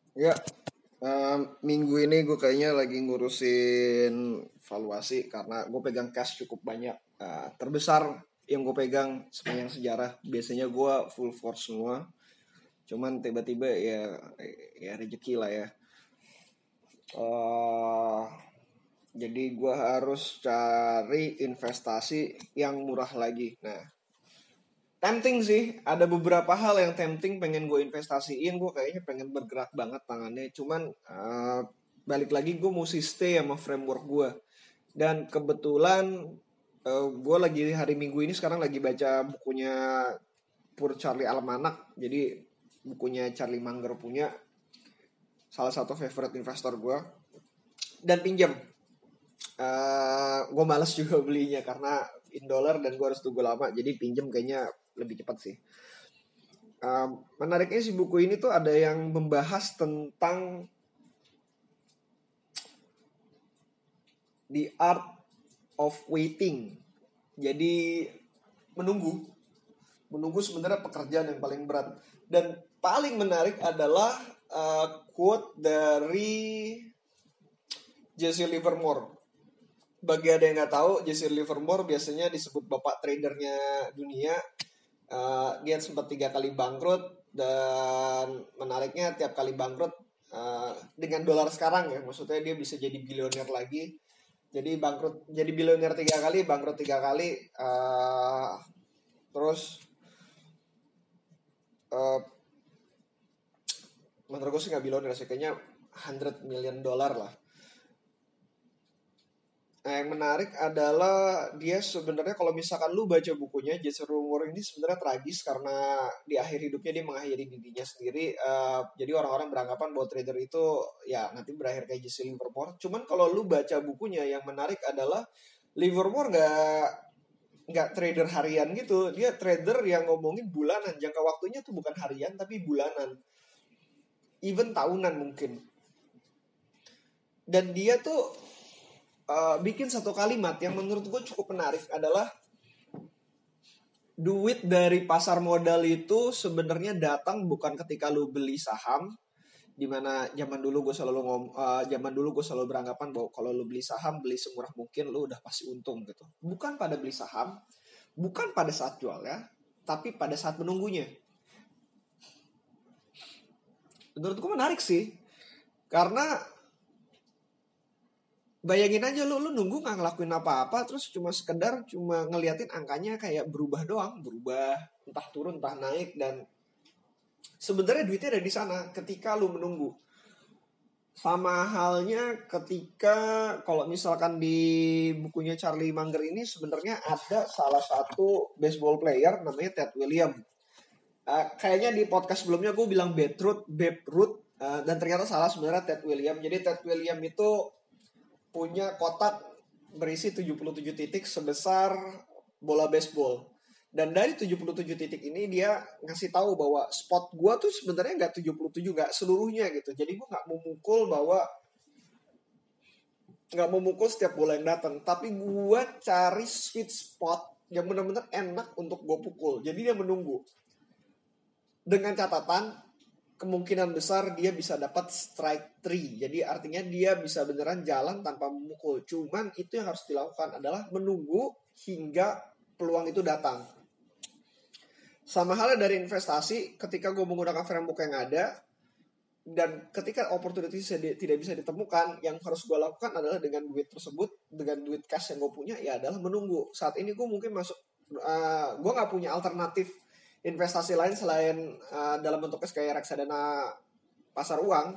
Ya, minggu ini gue kayaknya lagi ngurusin valuasi karena gue pegang cash cukup banyak. Terbesar yang gue pegang sepanjang sejarah. Biasanya gue full force semua. Cuman tiba-tiba ya rezeki lah ya. Eh, jadi gue harus cari investasi yang murah lagi. Nah, tempting sih, ada beberapa hal yang tempting pengen gue investasiin. Gue kayaknya pengen bergerak banget tangannya. Cuman balik lagi gue mesti stay sama framework gue. Dan kebetulan gue lagi hari Minggu ini sekarang lagi baca bukunya Poor Charlie Almanac. Jadi bukunya Charlie Munger punya, salah satu favorite investor gue. Dan pinjam. Gue males juga belinya karena in dollar dan gue harus tunggu lama. Jadi pinjam kayaknya lebih cepat sih. Menariknya si buku ini tuh ada yang membahas tentang the art of waiting. Jadi menunggu. Menunggu sebenarnya pekerjaan yang paling berat. Dan paling menarik adalah quote dari Jesse Livermore. Bagi ada yang nggak tahu, Jesse Livermore biasanya disebut bapak tradernya dunia. Dia sempat 3 kali bangkrut, dan menariknya tiap kali bangkrut dengan dolar sekarang ya, maksudnya dia bisa jadi bilioner lagi. Jadi bangkrut, jadi bilioner 3 kali, bangkrut 3 kali, terus uh, menurut gue sih nggak bilioner sih, kayaknya $100 million lah. Nah, yang menarik adalah dia sebenarnya kalau misalkan lu baca bukunya, Jesse Livermore ini sebenarnya tragis karena di akhir hidupnya dia mengakhiri dirinya sendiri. Jadi orang-orang beranggapan bahwa trader itu ya nanti berakhir kayak Jesse Livermore. Cuman kalau lu baca bukunya, yang menarik adalah Livermore nggak trader harian gitu. Dia trader yang ngomongin bulanan, jangka waktunya tuh bukan harian tapi bulanan, even tahunan mungkin. Dan dia tuh bikin satu kalimat yang menurut gue cukup menarik adalah duit dari pasar modal itu sebenarnya datang bukan ketika lu beli saham, dimana zaman dulu gue selalu beranggapan bahwa kalau lu beli saham, beli semurah mungkin lu udah pasti untung gitu. Bukan pada beli saham, bukan pada saat jual ya, tapi pada saat menunggunya. Menurut gue menarik sih, karena bayangin aja lu nunggu nggak ngelakuin apa-apa, terus cuma ngeliatin angkanya kayak berubah doang, berubah entah turun entah naik. Dan sebenarnya duitnya ada di sana ketika lu menunggu. Sama halnya ketika kalau misalkan di bukunya Charlie Munger ini sebenarnya ada salah satu baseball player namanya Ted Williams. Kayaknya di podcast sebelumnya gue bilang Babe Ruth, dan ternyata salah, sebenarnya Ted Williams. Jadi Ted Williams itu punya kotak berisi 77 titik sebesar bola baseball. Dan dari 77 titik ini dia ngasih tahu bahwa spot gue tuh sebenarnya nggak 77, nggak seluruhnya gitu. Jadi gue nggak memukul setiap bola yang datang, tapi gue cari sweet spot yang benar-benar enak untuk gue pukul. Jadi dia menunggu. Dengan catatan kemungkinan besar dia bisa dapat strike 3. Jadi artinya dia bisa beneran jalan tanpa memukul. Cuman itu yang harus dilakukan adalah menunggu hingga peluang itu datang. Sama halnya dari investasi, ketika gue menggunakan framework yang ada, dan ketika opportunity tidak bisa ditemukan, yang harus gue lakukan adalah dengan duit tersebut, dengan duit cash yang gue punya, ya adalah menunggu. Saat ini gue mungkin gue nggak punya alternatif investasi lain selain dalam bentuk kayak reksadana pasar uang.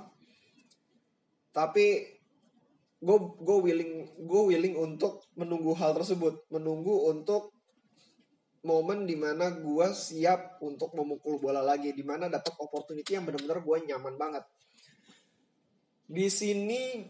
Tapi gue willing untuk menunggu hal tersebut, menunggu untuk momen dimana gue siap untuk memukul bola lagi, dimana dapat opportunity yang benar-benar gue nyaman banget. Di sini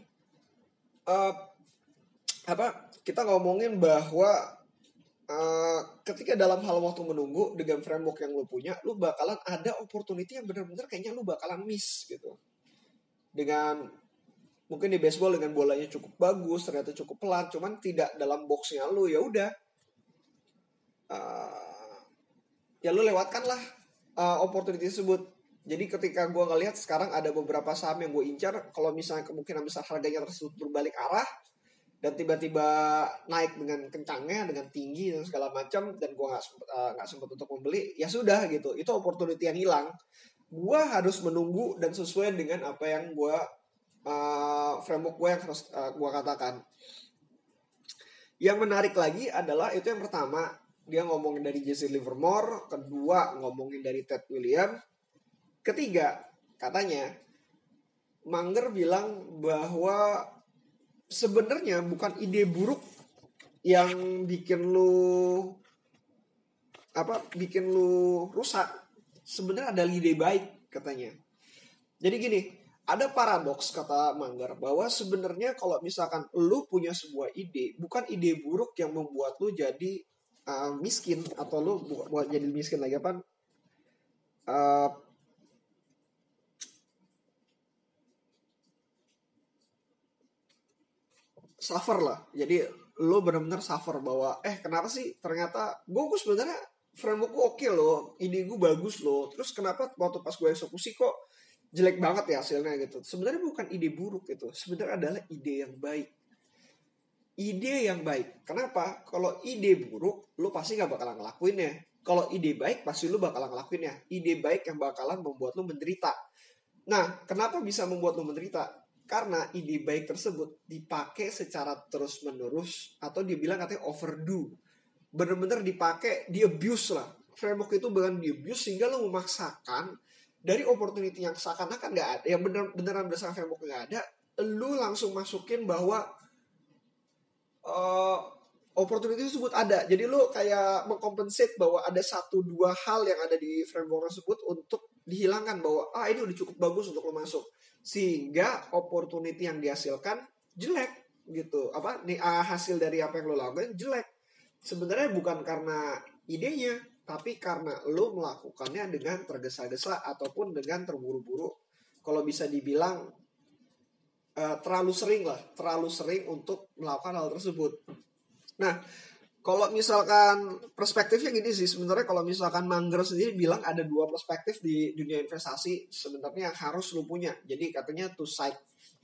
kita ngomongin bahwa ketika dalam hal waktu menunggu dengan framework yang lu punya, lu bakalan ada opportunity yang benar-benar kayaknya lu bakalan miss gitu. Dengan mungkin di baseball dengan bolanya cukup bagus, ternyata cukup pelan, cuman tidak dalam boxnya lu, ya udah, ya lu lewatkan lah opportunity tersebut. Jadi ketika gue ngelihat sekarang ada beberapa saham yang gue incar, kalau misalnya kemungkinan besar harganya tersebut berbalik arah dan tiba-tiba naik dengan kencangnya, dengan tinggi dan segala macam, dan gue nggak sempat untuk membeli, ya sudah gitu. Itu opportunity yang hilang. Gue harus menunggu dan sesuai dengan apa yang gue framework gue yang harus gue katakan. Yang menarik lagi adalah itu yang pertama, dia ngomongin dari Jesse Livermore, kedua ngomongin dari Ted Williams, ketiga katanya Munger bilang bahwa sebenarnya bukan ide buruk yang bikin lu rusak, sebenarnya ada ide baik katanya. Jadi gini, ada paradoks kata Munger bahwa sebenarnya kalau misalkan lu punya sebuah ide, bukan ide buruk yang membuat lu jadi miskin atau lu buat jadi miskin lagi apa? Suffer lah. Jadi lo benar-benar suffer bahwa kenapa sih ternyata gue sebenarnya framework gue oke loh, ide gue bagus loh, terus kenapa waktu pas gue eksekusi kok jelek banget ya hasilnya gitu. Sebenarnya bukan ide buruk gitu, sebenarnya adalah ide yang baik. Ide yang baik. Kenapa? Kalau ide buruk lo pasti gak bakalan ngelakuinnya. Kalau ide baik pasti lo bakalan ngelakuinnya. Ide baik yang bakalan membuat lo menderita. Nah, kenapa bisa membuat lo menderita? Karena ide baik tersebut dipakai secara terus-menerus, atau dibilang katanya overdo. Bener-bener dipakai, di abuse lah. Framework itu bahkan di abuse sehingga lo memaksakan dari opportunity yang seakan-akan gak ada, yang beneran berdasarkan framework gak ada, lo langsung masukin bahwa opportunity tersebut ada. Jadi lo kayak mengkompensate bahwa ada 1-2 hal yang ada di framework tersebut untuk dihilangkan bahwa ini udah cukup bagus untuk lo masuk, sehingga opportunity yang dihasilkan jelek gitu. Hasil dari apa yang lo lakukan jelek. Sebenarnya bukan karena idenya, tapi karena lo melakukannya dengan tergesa-gesa ataupun dengan terburu-buru. Kalau bisa dibilang terlalu sering untuk melakukan hal tersebut. Nah, kalau misalkan perspektifnya gini sih, sebenarnya kalau misalkan Munger sendiri bilang ada 2 perspektif di dunia investasi sebenarnya yang harus lu punya. Jadi katanya two side,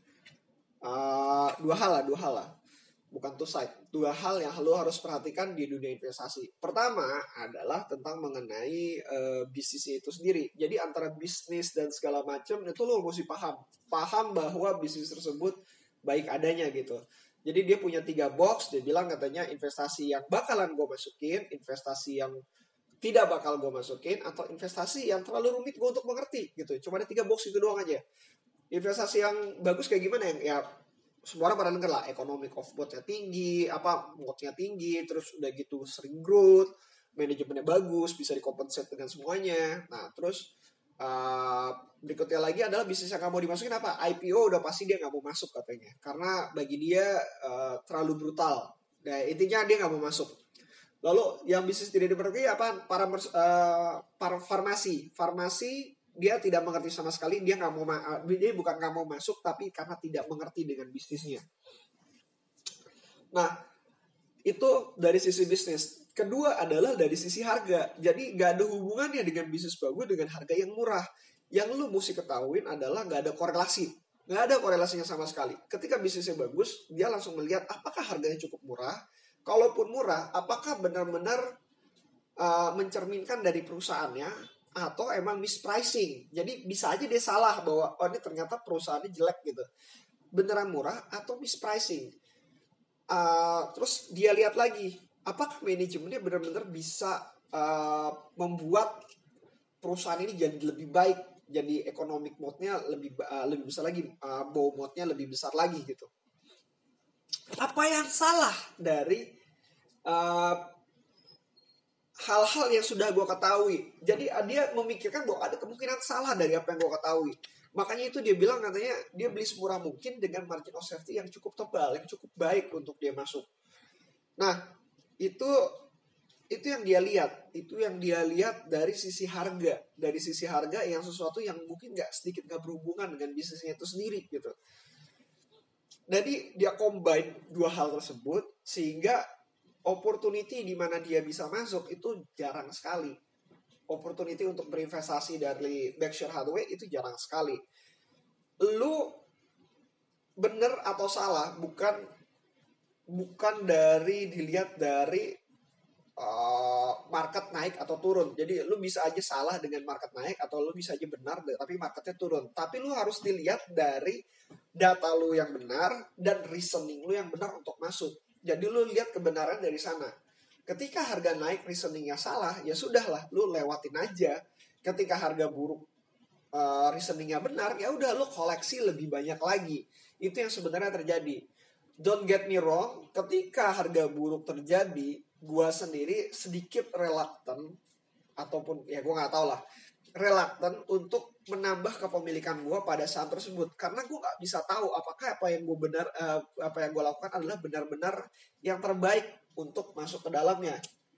dua hal lah, bukan two side, 2 hal yang lu harus perhatikan di dunia investasi. Pertama adalah tentang mengenai bisnisnya itu sendiri. Jadi antara bisnis dan segala macam itu lu mesti paham bahwa bisnis tersebut baik adanya gitu. Jadi dia punya 3 box, dia bilang katanya investasi yang bakalan gue masukin, investasi yang tidak bakal gue masukin, atau investasi yang terlalu rumit gue untuk mengerti gitu. Cuma ada 3 box itu doang aja. Investasi yang bagus kayak gimana ya semua orang pada denger lah, economic of growth-nya tinggi, growth-nya tinggi, terus udah gitu sering growth, manajemennya bagus, bisa dikompensate dengan semuanya. Nah terus berikutnya lagi adalah bisnis yang gak mau dimasukin apa? IPO udah pasti dia gak mau masuk katanya, karena bagi dia terlalu brutal. Nah intinya dia gak mau masuk. Lalu yang bisnis tidak dimengerti apa? Para farmasi dia tidak mengerti sama sekali, dia bukan nggak mau masuk, tapi karena tidak mengerti dengan bisnisnya. Nah itu dari sisi bisnis. Kedua adalah dari sisi harga. Jadi nggak ada hubungannya dengan bisnis bagus dengan harga yang murah. Yang lu mesti ketahuin adalah nggak ada korelasi. Nggak ada korelasinya sama sekali. Ketika bisnisnya bagus, dia langsung melihat apakah harganya cukup murah. Kalaupun murah, apakah benar-benar mencerminkan dari perusahaannya, atau emang mispricing. Jadi bisa aja dia salah bahwa ini ternyata perusahaannya jelek gitu. Beneran murah atau mispricing. Terus dia lihat lagi, apakah manajemennya benar-benar bisa membuat perusahaan ini jadi lebih baik, jadi economic mode-nya lebih besar lagi, bow mode-nya lebih besar lagi gitu. Apa yang salah dari hal-hal yang sudah gue ketahui? Jadi dia memikirkan bahwa ada kemungkinan salah dari apa yang gue ketahui. Makanya itu dia bilang katanya dia beli semurah mungkin dengan margin of safety yang cukup tebal, yang cukup baik untuk dia masuk. Nah itu yang dia lihat. Itu yang dia lihat dari sisi harga. Dari sisi harga yang sesuatu yang mungkin sedikit gak berhubungan dengan bisnisnya itu sendiri gitu. Jadi dia combine 2 hal tersebut sehingga opportunity di mana dia bisa masuk itu jarang sekali. opportunity untuk berinvestasi dari Berkshire Hathaway itu jarang sekali. Lu bener atau salah bukan dari dilihat dari market naik atau turun. Jadi lu bisa aja salah dengan market naik atau lu bisa aja benar tapi marketnya turun. Tapi lu harus dilihat dari data lu yang benar dan reasoning lu yang benar untuk masuk. Jadi lu lihat kebenaran dari sana. Ketika harga naik reasoningnya salah, ya sudahlah, lu lewatin aja. Ketika harga buruk reasoningnya benar, ya udah lu koleksi lebih banyak lagi. Itu yang sebenarnya terjadi. Don't get me wrong, ketika harga buruk terjadi, gua sendiri sedikit reluctant ataupun ya gua nggak tahu lah, reluctant untuk menambah kepemilikan gua pada saat tersebut karena gua nggak bisa tahu apakah apa yang gua lakukan adalah benar-benar yang terbaik untuk masuk ke dalamnya.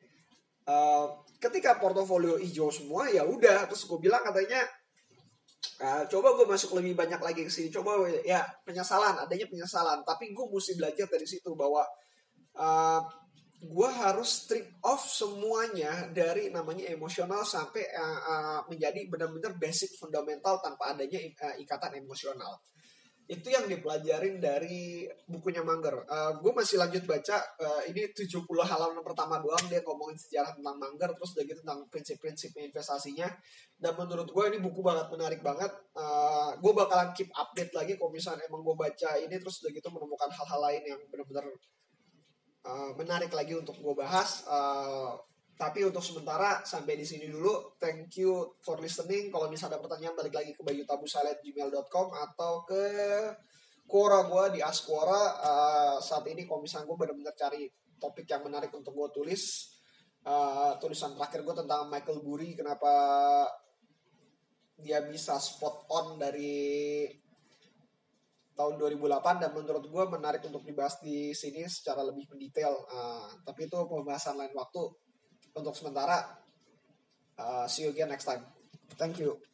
Ketika portofolio hijau semua, ya udah, terus gue bilang katanya coba gue masuk lebih banyak lagi ke sini, coba ya, adanya penyesalan, tapi gue mesti belajar dari situ bahwa gue harus strip off semuanya dari namanya emosional sampai menjadi benar-benar basic fundamental tanpa adanya ikatan emosional. Itu yang dipelajarin dari bukunya Munger. Gue masih lanjut baca, ini 70 halaman pertama doang, dia ngomongin sejarah tentang Munger, terus udah gitu tentang prinsip-prinsip investasinya. Dan menurut gue ini buku banget menarik banget. Gue bakalan keep update lagi kalau misalnya emang gue baca ini terus udah gitu menemukan hal-hal lain yang benar-benar menarik lagi untuk gue bahas. Tapi untuk sementara sampai di sini dulu. Thank you for listening. Kalau misalnya ada pertanyaan, balik lagi ke bayutabusalad@gmail.com atau ke Quora gue di Ask Quora. Saat ini kalau misalnya gue benar-benar cari topik yang menarik untuk gue tulis, tulisan terakhir gue tentang Michael Burry, kenapa dia bisa spot on dari tahun 2008, dan menurut gue menarik untuk dibahas di sini secara lebih mendetail. Tapi itu pembahasan lain waktu. Untuk sementara, see you again next time. Thank you.